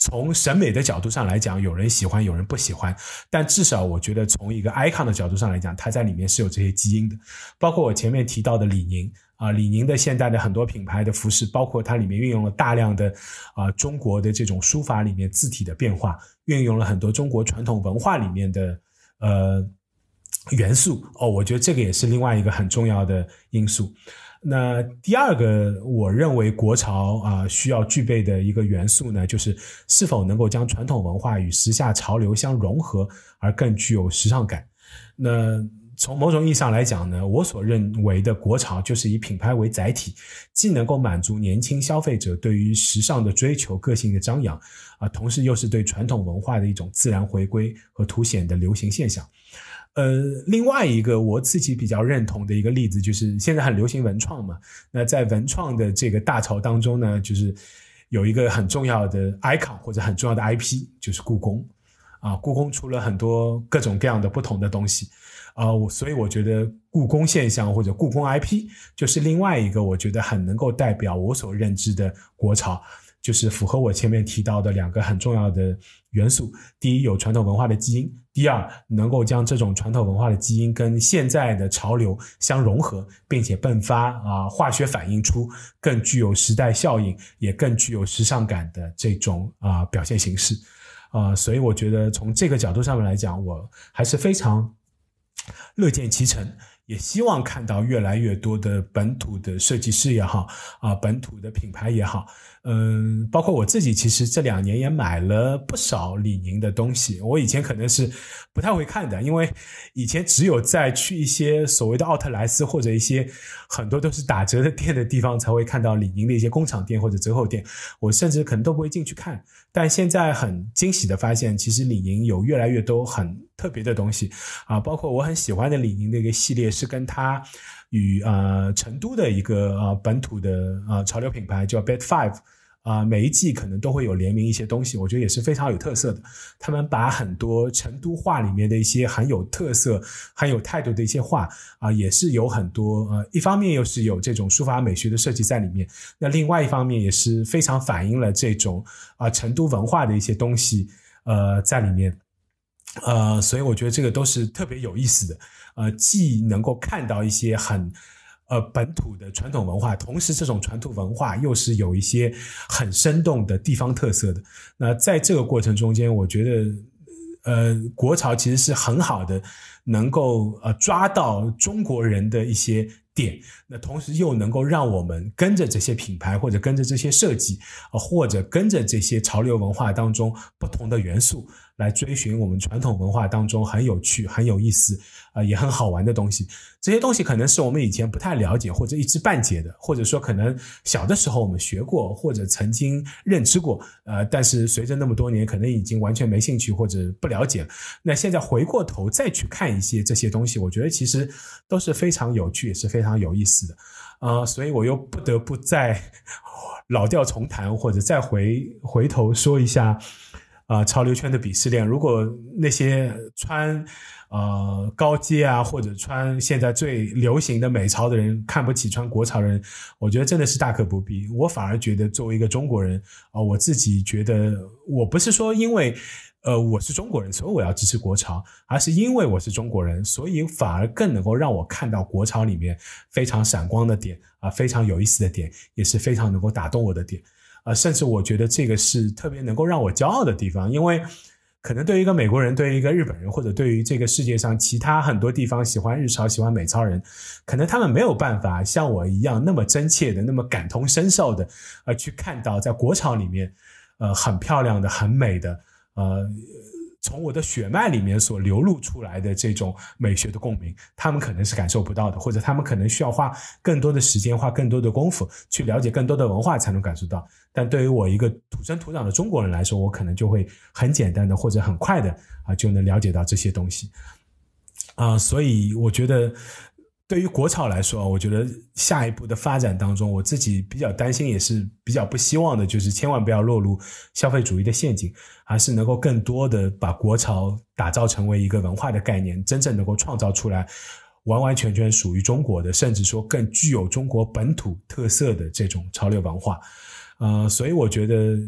从审美的角度上来讲，有人喜欢有人不喜欢，但至少我觉得从一个 icon 的角度上来讲，它在里面是有这些基因的。包括我前面提到的李宁啊、呃，李宁的现在的很多品牌的服饰，包括它里面运用了大量的啊、呃、中国的这种书法里面字体的变化，运用了很多中国传统文化里面的呃元素哦，我觉得这个也是另外一个很重要的因素。那第二个我认为国潮啊、呃、需要具备的一个元素呢，就是是否能够将传统文化与时下潮流相融合，而更具有时尚感。那从某种意义上来讲呢，我所认为的国潮就是以品牌为载体，既能够满足年轻消费者对于时尚的追求、个性的张扬啊，同时又是对传统文化的一种自然回归和凸显的流行现象。呃，另外一个我自己比较认同的一个例子，就是现在很流行文创嘛，那在文创的这个大潮当中呢，就是有一个很重要的 icon 或者很重要的 I P， 就是故宫啊，故宫出了很多各种各样的不同的东西啊，我所以我觉得故宫现象或者故宫 I P 就是另外一个我觉得很能够代表我所认知的国潮，就是符合我前面提到的两个很重要的元素。第一，有传统文化的基因；第二，能够将这种传统文化的基因跟现在的潮流相融合，并且迸发啊化学反应出更具有时代效应，也更具有时尚感的这种啊表现形式。啊，所以我觉得从这个角度上面来讲，我还是非常乐见其成，也希望看到越来越多的本土的设计师也好啊，本土的品牌也好，嗯，包括我自己其实这两年也买了不少李宁的东西。我以前可能是不太会看的，因为以前只有在去一些所谓的奥特莱斯或者一些很多都是打折的店的地方才会看到李宁的一些工厂店或者折扣店，我甚至可能都不会进去看。但现在很惊喜的发现，其实李宁有越来越多很特别的东西啊，包括我很喜欢的李宁的一个系列是跟它与呃成都的一个呃本土的呃潮流品牌叫 Bad Five 啊、呃，每一季可能都会有联名一些东西，我觉得也是非常有特色的。他们把很多成都话里面的一些很有特色、很有态度的一些话啊、呃，也是有很多呃，一方面又是有这种书法美学的设计在里面，那另外一方面也是非常反映了这种啊、呃、成都文化的一些东西呃在里面。呃，所以我觉得这个都是特别有意思的，呃，既能够看到一些很呃本土的传统文化，同时这种传统文化又是有一些很生动的地方特色的。那在这个过程中间，我觉得呃国潮其实是很好的，能够呃抓到中国人的一些点，那同时又能够让我们跟着这些品牌或者跟着这些设计、呃、或者跟着这些潮流文化当中不同的元素来追寻我们传统文化当中很有趣很有意思、呃、也很好玩的东西。这些东西可能是我们以前不太了解或者一知半解的，或者说可能小的时候我们学过或者曾经认知过，呃，但是随着那么多年可能已经完全没兴趣或者不了解了。那现在回过头再去看一些这些东西，我觉得其实都是非常有趣也是非常有意思的。呃，所以我又不得不再老调重弹，或者再回回头说一下啊、呃，潮流圈的鄙视链。如果那些穿呃高阶啊，或者穿现在最流行的美潮的人看不起穿国潮的人，我觉得真的是大可不必。我反而觉得作为一个中国人啊、呃，我自己觉得我不是说因为呃，我是中国人，所以我要支持国潮，而是因为我是中国人，所以反而更能够让我看到国潮里面非常闪光的点啊、呃，非常有意思的点，也是非常能够打动我的点啊、呃，甚至我觉得这个是特别能够让我骄傲的地方。因为可能对于一个美国人，对于一个日本人，或者对于这个世界上其他很多地方喜欢日潮喜欢美潮人，可能他们没有办法像我一样那么真切的那么感同身受的呃，去看到在国潮里面呃很漂亮的很美的呃，从我的血脉里面所流露出来的这种美学的共鸣，他们可能是感受不到的，或者他们可能需要花更多的时间花更多的功夫去了解更多的文化才能感受到。但对于我一个土生土长的中国人来说，我可能就会很简单的或者很快的啊就能了解到这些东西啊、呃，所以我觉得对于国潮来说，我觉得下一步的发展当中，我自己比较担心也是比较不希望的，就是千万不要落入消费主义的陷阱，还是能够更多的把国潮打造成为一个文化的概念，真正能够创造出来完完全全属于中国的，甚至说更具有中国本土特色的这种潮流文化。呃，所以我觉得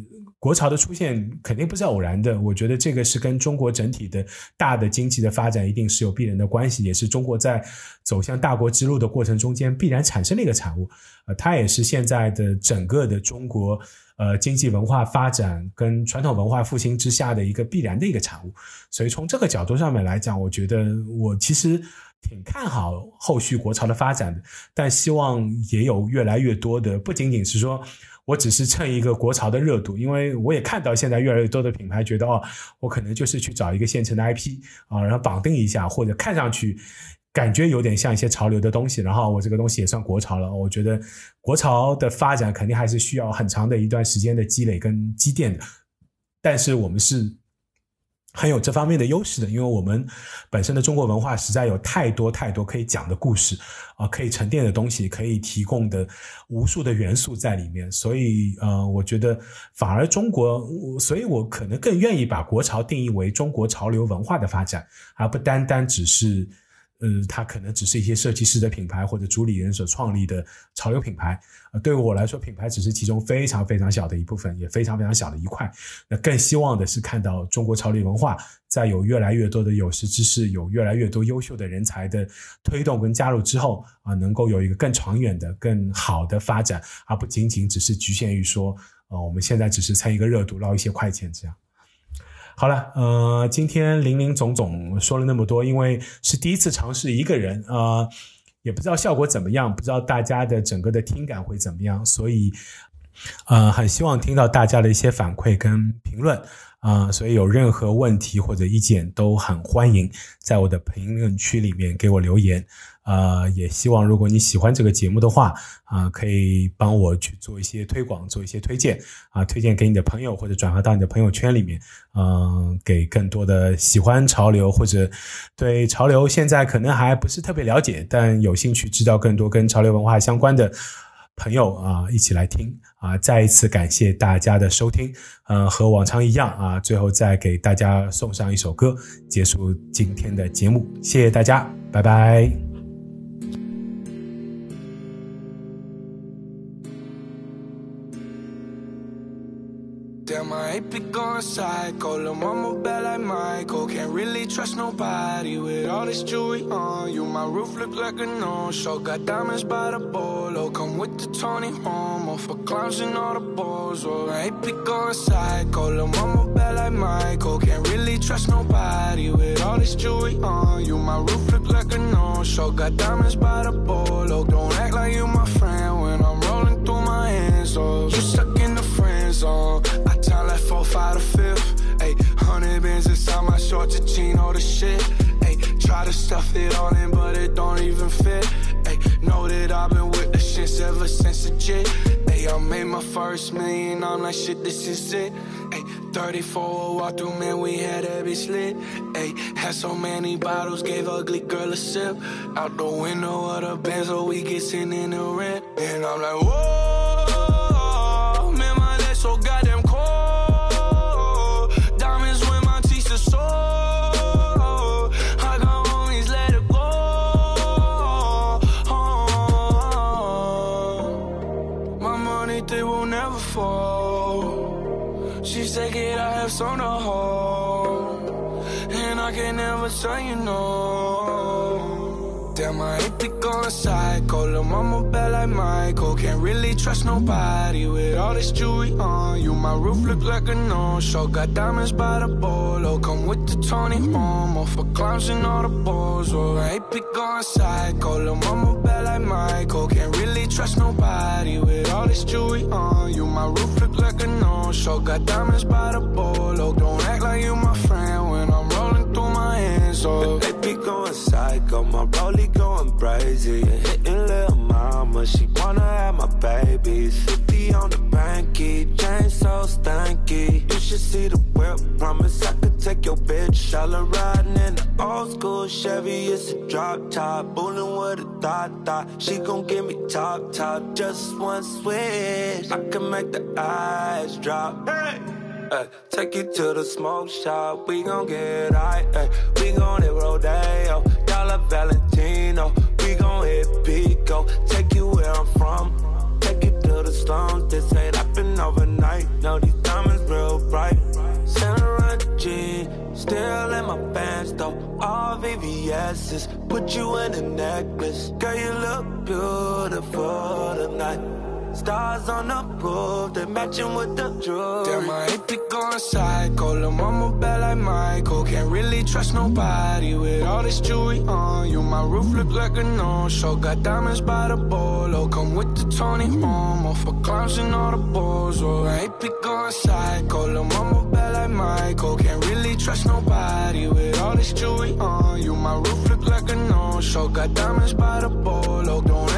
国潮的出现肯定不是偶然的，我觉得这个是跟中国整体的大的经济的发展一定是有必然的关系，也是中国在走向大国之路的过程中间必然产生的一个产物。呃，它也是现在的整个的中国呃经济文化发展跟传统文化复兴之下的一个必然的一个产物。所以从这个角度上面来讲，我觉得我其实挺看好后续国潮的发展的，但希望也有越来越多的，不仅仅是说我只是蹭一个国潮的热度，因为我也看到现在越来越多的品牌觉得哦，我可能就是去找一个现成的 I P 啊，然后绑定一下，或者看上去感觉有点像一些潮流的东西，然后我这个东西也算国潮了。我觉得国潮的发展肯定还是需要很长的一段时间的积累跟积淀的，但是我们是很有这方面的优势的，因为我们本身的中国文化实在有太多太多可以讲的故事啊、呃，可以沉淀的东西，可以提供的无数的元素在里面，所以呃，我觉得反而中国，所以我可能更愿意把国潮定义为中国潮流文化的发展，而不单单只是呃，它可能只是一些设计师的品牌或者主理人所创立的潮流品牌。呃，对于我来说，品牌只是其中非常非常小的一部分，也非常非常小的一块。那更希望的是看到中国潮流文化在有越来越多的有识之士，有越来越多优秀的人才的推动跟加入之后啊、呃，能够有一个更长远的、更好的发展，而不仅仅只是局限于说，呃，我们现在只是蹭一个热度，捞一些快钱这样。好了，呃，今天林林总总说了那么多，因为是第一次尝试一个人，呃，也不知道效果怎么样，不知道大家的整个的听感会怎么样，所以，呃，很希望听到大家的一些反馈跟评论，啊、呃，所以有任何问题或者意见都很欢迎在我的评论区里面给我留言。呃，也希望如果你喜欢这个节目的话，啊、呃，可以帮我去做一些推广，做一些推荐，啊、呃，推荐给你的朋友或者转发到你的朋友圈里面，嗯、呃，给更多的喜欢潮流或者对潮流现在可能还不是特别了解，但有兴趣知道更多跟潮流文化相关的朋友啊、呃，一起来听啊、呃！再一次感谢大家的收听，呃，和往常一样啊，最后再给大家送上一首歌，结束今天的节目，谢谢大家，拜拜。 Damn, I ain't be going psycho. Lil' mama bad like Michael. Can't really trust nobody with all this jewelry on you. My roof look like a no-show. Got diamonds by the bolo. Come with the Tony Homo for clowns and all the balls. Oh, I ain't be going psycho. Lil' mama bad like Michael. Can't really trust nobody with all this jewelry on you. My roof look like a no-show. Got diamonds by the bolo. Don't act like you my friend when I'm rolling through my hands. Oh, you stuck in the friend zone. I time like four, five to fifth. Ayy, hundred bands inside my shorts, a jean, all the shit. Ayy, try to stuff it all in, but it don't even fit. Ayy, know that I've been with the shits ever since legit. Ayy, I made my first million, I'm like shit, this is it. Ayy, thirty-four walk through, man, we had that bitch lit. Ayy, had so many bottles, gave ugly girl a sip. Out the window of the Benz, so we get sent in the rent. And I'm like, whoa, man, my legs so goddamn cold. Diamonds when my teeth are sore. I got homies, let it go. Oh, my money, they will never fall. She said, kid, I have some to hold, and I can never tell you no. Damn, I ain't be going psycho. Lil' mama bad like Michael. Can't really trust nobody with all this jewelry on you. My roof look like a no-show. Got diamonds by the bolo. Come with the Tony Homo for clowns and all the balls. Oh, I ain't be going psycho. Lil' mama bad like Michael. Can't really trust nobody with all this jewelry on you. My roof look like a no-show. Got diamonds by the bolo. Don't act like you my friend when I'm rolling through my hands. Oh, they be going psycho. My rollie going crazy and hitting little mama. She wanna have my babies. fifty on the banky, chain so stanky. You should see the whip. Promise I could take your bitch. All her riding in the old school Chevy. It's a drop top, bullin' with a thought thought. She gon' give me top top, just one switch. I can make the eyes drop. Hey. Ay, take you to the smoke shop, we gon' get high, ay, we gon' hit Rodeo, Dollar Valentino, we gon' hit Pico, take you where I'm from, take you to the slums, this ain't happen overnight, no these diamonds real right. Saint Laurent jeans, still in my pants though. All V V S's, put you in a necklace. Girl, you look beautiful tonight. Stars on the roof, they matching with the jewelry. Damn, my A P going psycho. Lil' mama bad like Michael. Can't really trust nobody with all this jewelry on you. My roof look like a no-show. Got diamonds by the bolo. Come with the Tony Momo for clowns and all the balls. Oh, my A P going psycho. Lil' mama bad like Michael. Can't really trust nobody with all this jewelry on you. My roof look like a no-show. Got diamonds by the bolo. Don't